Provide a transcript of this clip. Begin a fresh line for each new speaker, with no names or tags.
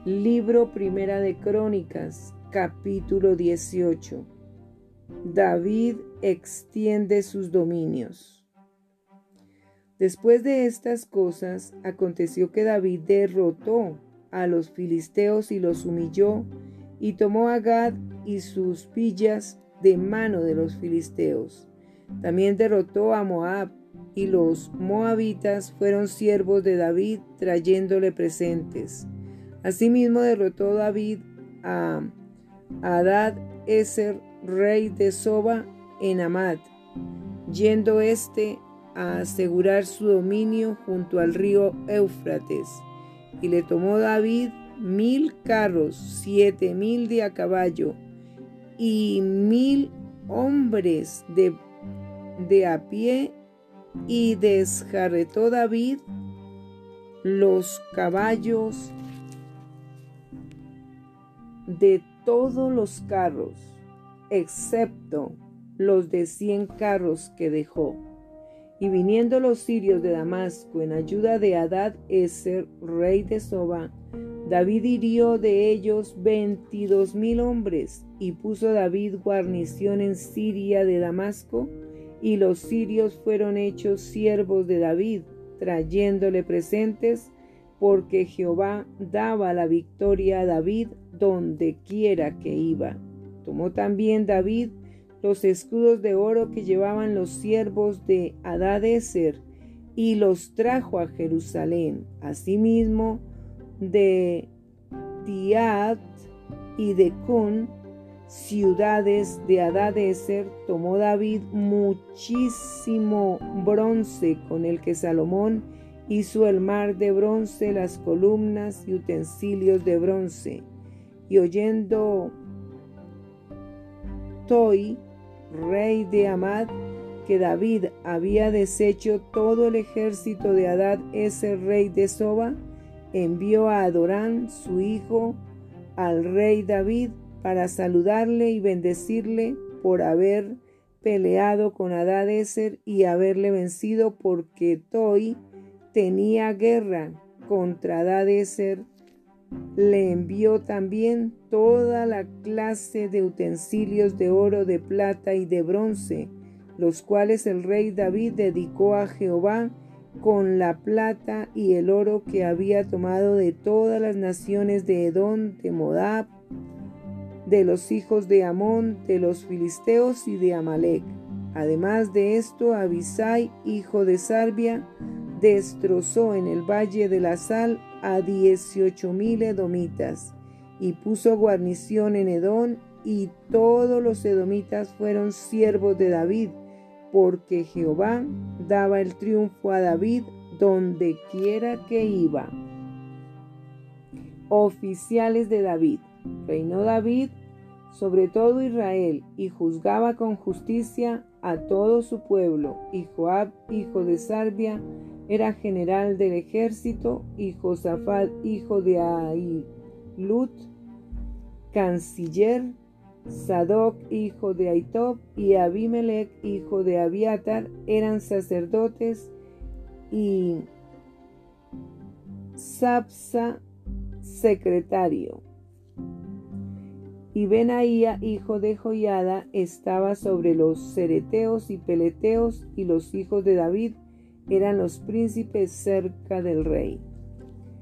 Libro Primera de Crónicas, capítulo 18. David extiende sus dominios. Después de estas cosas, aconteció que David derrotó a los filisteos y los humilló, y tomó a Gad y sus villas de mano de los filisteos. También derrotó a Moab, y los moabitas fueron siervos de David, trayéndole presentes. Asimismo derrotó David a Hadad-ezer, rey de Soba, en Hamat, yendo a asegurar su dominio junto al río Éufrates. Y le tomó David 1000 carros, 7000 de a caballo, y 1000 hombres de a pie, y desjarretó David los caballos de todos los carros, excepto los de 100 carros que dejó. Y viniendo los sirios de Damasco en ayuda de Hadad-ezer, rey de Soba, David hirió de ellos 22,000 hombres, y puso David guarnición en Siria de Damasco, y los sirios fueron hechos siervos de David, trayéndole presentes, porque Jehová daba la victoria a David donde quiera que iba. Tomó también David los escudos de oro que llevaban los siervos de Hadad-ezer, y los trajo a Jerusalén. Asimismo, de Tiat y de Cun, ciudades de Hadad-ezer, tomó David muchísimo bronce, con el que Salomón hizo el mar de bronce, las columnas y utensilios de bronce. Y oyendo Toi, rey de Hamat, que David había deshecho todo el ejército de Hadad-ezer, rey de Soba, envió a Adorán, su hijo, al rey David, para saludarle y bendecirle por haber peleado con Hadad-ezer y haberle vencido, porque Toi tenía guerra contra Hadad-ezer. Le envió también toda la clase de utensilios de oro, de plata y de bronce, los cuales el rey David dedicó a Jehová, con la plata y el oro que había tomado de todas las naciones de Edom, de Moab, de los hijos de Amón, de los filisteos y de Amalec. Además de esto, Abisai, hijo de Sarbia, destrozó en el valle de la Sal a 18,000 edomitas, y puso guarnición en Edom, y todos los edomitas fueron siervos de David, porque Jehová daba el triunfo a David donde quiera que iba. Oficiales de David. Reinó David sobre todo Israel, y juzgaba con justicia a todo su pueblo. Y Joab, hijo de Sarbia, era general del ejército, y Josafat, hijo de Ahilut, canciller, Sadoc, hijo de Ahitob, y Abimelech, hijo de Abiatar, eran sacerdotes, y Sapsa, secretario. Y Benaía, hijo de Joiada, estaba sobre los cereteos y peleteos, y los hijos de David eran los príncipes cerca del rey.